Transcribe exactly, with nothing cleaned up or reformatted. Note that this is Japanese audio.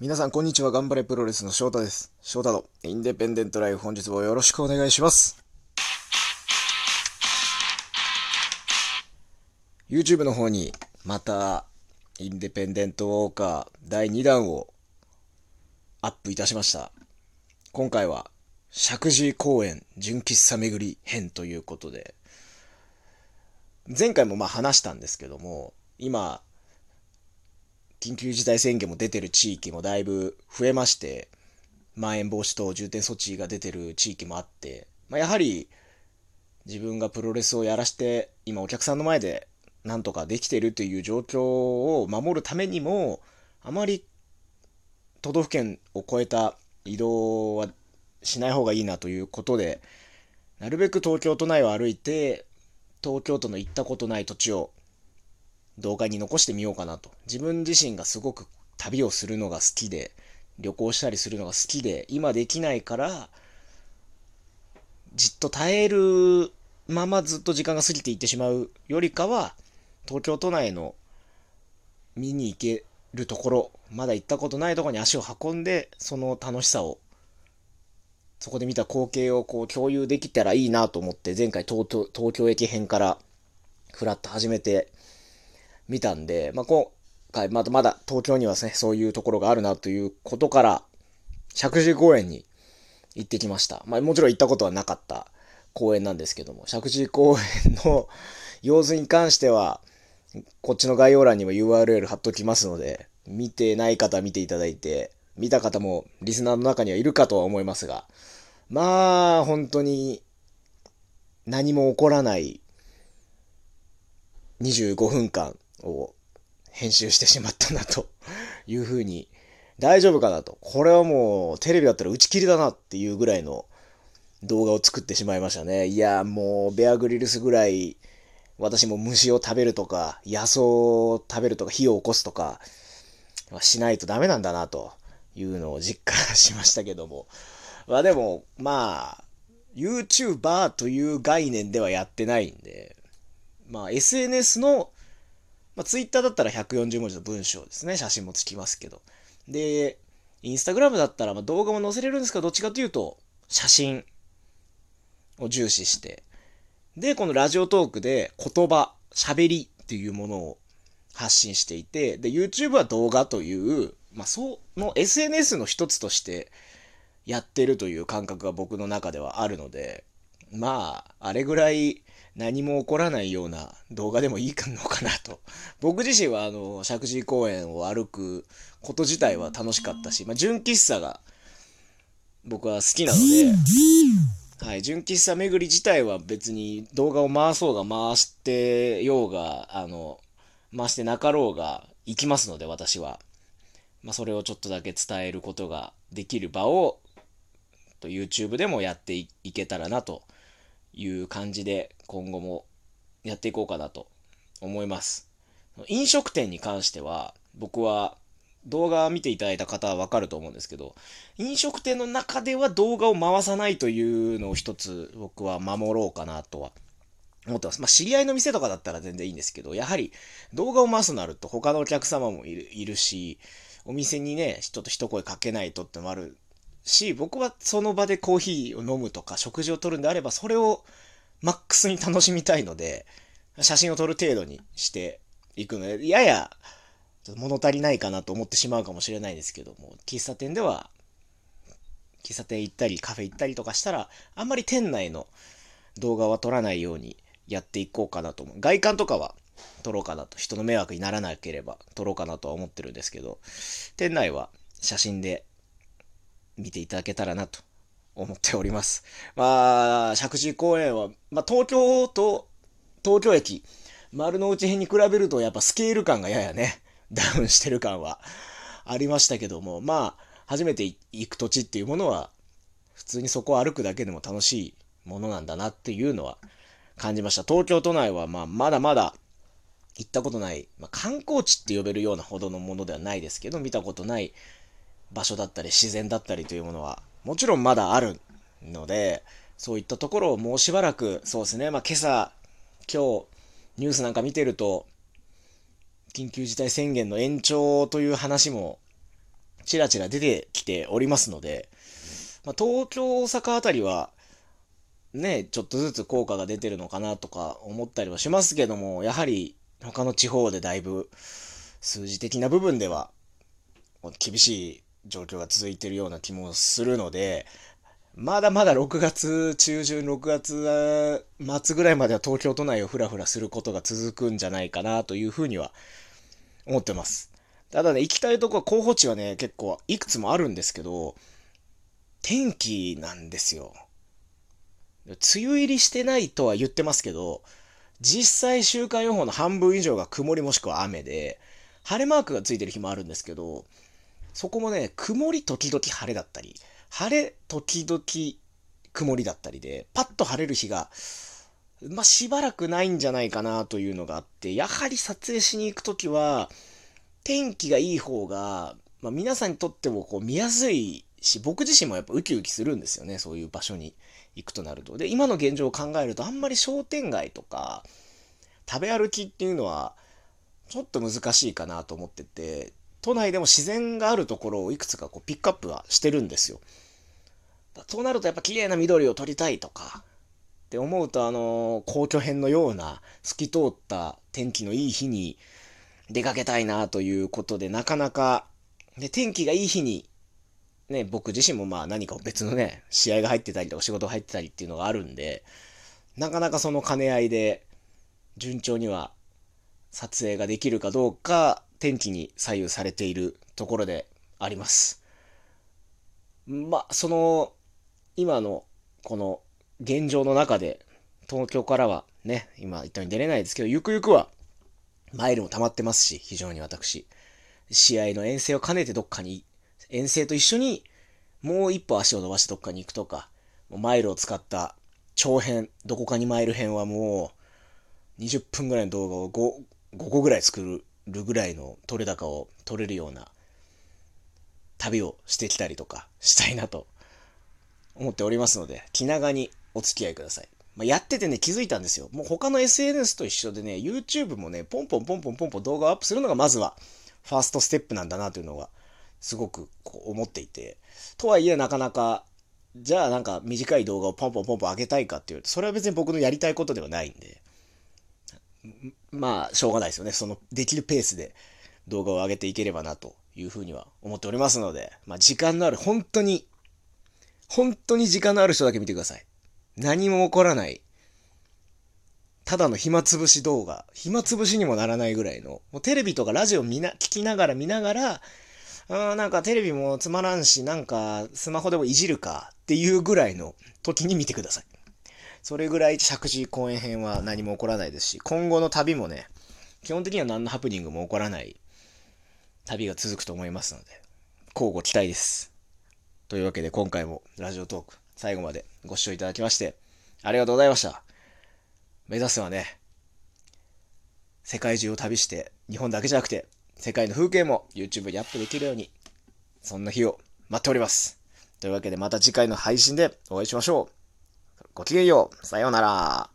皆さんこんにちは。頑張れプロレスの翔太です。翔太のインデペンデントライフ、本日もよろしくお願いします。 YouTube の方にまたインデペンデントウォーカーだいにだんをアップいたしました。今回は石神井公園純喫茶巡り編ということで、前回もまあ話したんですけども、今緊急事態宣言も出てる地域もだいぶ増えまして、まん延防止等重点措置が出てる地域もあって、まあ、やはり自分がプロレスをやらして今お客さんの前でなんとかできてるという状況を守るためにも、あまり都道府県を越えた移動はしない方がいいなということで、なるべく東京都内を歩いて東京都の行ったことない土地を動画に残してみようかなと。自分自身がすごく旅をするのが好きで、旅行したりするのが好きで、今できないからじっと耐えるままずっと時間が過ぎていってしまうよりかは、東京都内の見に行けるところ、まだ行ったことないところに足を運んで、その楽しさを、そこで見た光景をこう共有できたらいいなと思って、前回東京東京駅編からフラッと始めてみたんで、まあ、今回まだまだ東京にはですね、そういうところがあるなということから、石神井公園に行ってきました。まあ、もちろん行ったことはなかった公園なんですけども、石神井公園の様子に関しては、こっちの概要欄にも ユーアールエル 貼っときますので、見てない方は見ていただいて、見た方もリスナーの中にはいるかとは思いますが、まあ、本当に何も起こらないにじゅうごふんかんを編集してしまったなというふうに、大丈夫かなと。これはもうテレビだったら打ち切りだなっていうぐらいの動画を作ってしまいましたね。いや、もうベアグリルスぐらい私も虫を食べるとか、野草を食べるとか、火を起こすとかしないとダメなんだなというのを実感しましたけども。まあでも、まあ、YouTuber という概念ではやってないんで、まあ エスエヌエス の、まあ、Twitter だったらひゃくよんじゅうもじの文章ですね。写真もつきますけど。で、インスタグラムだったらまあ動画も載せれるんですけど、どっちかというと、写真を重視して、で、このラジオトークで言葉、喋りっていうものを発信していて、で、YouTube は動画という、まあ、その エスエヌエス の一つとしてやってるという感覚が僕の中ではあるので、まあ、あれぐらい何も起こらないような動画でもいいのかなと。僕自身はあの、石神井公園を歩くこと自体は楽しかったし、まあ、純喫茶が僕は好きなので、はい、純喫茶巡り自体は別に動画を回そうが回してようが、あの、回してなかろうが行きますので、私は。まあ、それをちょっとだけ伝えることができる場を、と YouTube でもやっていけたらなという感じで、今後もやっていこうかなと思います。飲食店に関しては、僕は動画見ていただいた方はわかると思うんですけど、飲食店の中では動画を回さないというのを一つ僕は守ろうかなとは思ってます。まあ知り合いの店とかだったら全然いいんですけど、やはり動画を回すとなると他のお客様もいるいるし、お店にね、ちょっと一声かけないとってのもあるし、僕はその場でコーヒーを飲むとか食事を取るんであれば、それをマックスに楽しみたいので、写真を撮る程度にしていくので、ややちょっと物足りないかなと思ってしまうかもしれないですけども、喫茶店では、喫茶店行ったりカフェ行ったりとかしたら、あんまり店内の動画は撮らないようにやっていこうかなと思う。外観とかは撮ろうかなと。人の迷惑にならなければ撮ろうかなとは思ってるんですけど、店内は写真で見ていただけたらなと思っております。まあ、石神井公園は、まあ東京と東京駅、丸の内編に比べるとやっぱスケール感がややね、ダウンしてる感はありましたけども、まあ、初めて行く土地っていうものは、普通にそこを歩くだけでも楽しいものなんだなっていうのは感じました。東京都内は、まあ、まだまだ行ったことない、まあ、観光地って呼べるようなほどのものではないですけど、見たことない場所だったり自然だったりというものは、もちろんまだあるので、そういったところをもうしばらく、そうですね、まあ今朝、今日、ニュースなんか見てると、緊急事態宣言の延長という話もちらちら出てきておりますので、まあ、東京、大阪あたりは、ね、ちょっとずつ効果が出てるのかなとか思ったりはしますけども、やはり他の地方でだいぶ数字的な部分では厳しい状況が続いているような気もするので、まだまだろくがつ中旬、ろくがつ末ぐらいまでは東京都内をふらふらすることが続くんじゃないかなというふうには思ってます。ただね、行きたいとこは候補地はね、結構いくつもあるんですけど、天気なんですよ。梅雨入りしてないとは言ってますけど、実際週間予報の半分以上が曇りもしくは雨で、晴れマークがついてる日もあるんですけど、そこもね、曇り時々晴れだったり、晴れ時々曇りだったりで、パッと晴れる日が、まあ、しばらくないんじゃないかなというのがあって、やはり撮影しに行くときは、天気がいい方が、まあ、皆さんにとってもこう見やすいし、僕自身もやっぱウキウキするんですよね、そういう場所に行くとなると。で、今の現状を考えると、あんまり商店街とか、食べ歩きっていうのは、ちょっと難しいかなと思ってて、都内でも自然があるところをいくつかこうピックアップはしてるんですよ。そうなるとやっぱ綺麗な緑を撮りたいとか、って思うとあの、皇居編のような透き通った天気のいい日に出かけたいなということで、なかなか、で、天気がいい日に、ね、僕自身もまあ何か別のね、試合が入ってたりとか仕事が入ってたりっていうのがあるんで、なかなかその兼ね合いで順調には撮影ができるかどうか、天気に左右されているところであります。まあ、その、今のこの現状の中で、東京からはね、今言ったように出れないですけど、ゆくゆくはマイルも溜まってますし、非常に私。試合の遠征を兼ねてどっかに、遠征と一緒にもう一歩足を伸ばしてどっかに行くとか、マイルを使った長編、どこかにマイル編はもうにじゅっぷんぐらいの動画を 5, ごこぐらい作るぐらいの取れ高を取れるような旅をしてきたりとかしたいなと思っておりますので、気長にお付き合いください。まあ、やっててね、気づいたんですよ。もう他の エスエヌエス と一緒でね、YouTube もね、ポンポンポンポンポンポン動画をアップするのがまずは、ファーストステップなんだなというのが、すごくこう思っていて。とはいえ、なかなか、じゃあなんか短い動画をポンポンポンポン上げたいかっていうと、それは別に僕のやりたいことではないんで、まあ、しょうがないですよね。その、できるペースで動画を上げていければなというふうには思っておりますので、まあ、時間のある、本当に、本当に時間のある人だけ見てください。何も起こらない。ただの暇つぶし動画。暇つぶしにもならないぐらいの。もうテレビとかラジオ見な、聞きながら見ながら、あなんかテレビもつまらんし、なんかスマホでもいじるかっていうぐらいの時に見てください。それぐらい石神井公園編は何も起こらないですし、今後の旅もね、基本的には何のハプニングも起こらない旅が続くと思いますので、乞うご期待です。というわけで今回もラジオトーク最後までご視聴いただきましてありがとうございました。目指すはね、世界中を旅して日本だけじゃなくて世界の風景も YouTube にアップできるように、そんな日を待っております。というわけでまた次回の配信でお会いしましょう。ごきげんよう。さようなら。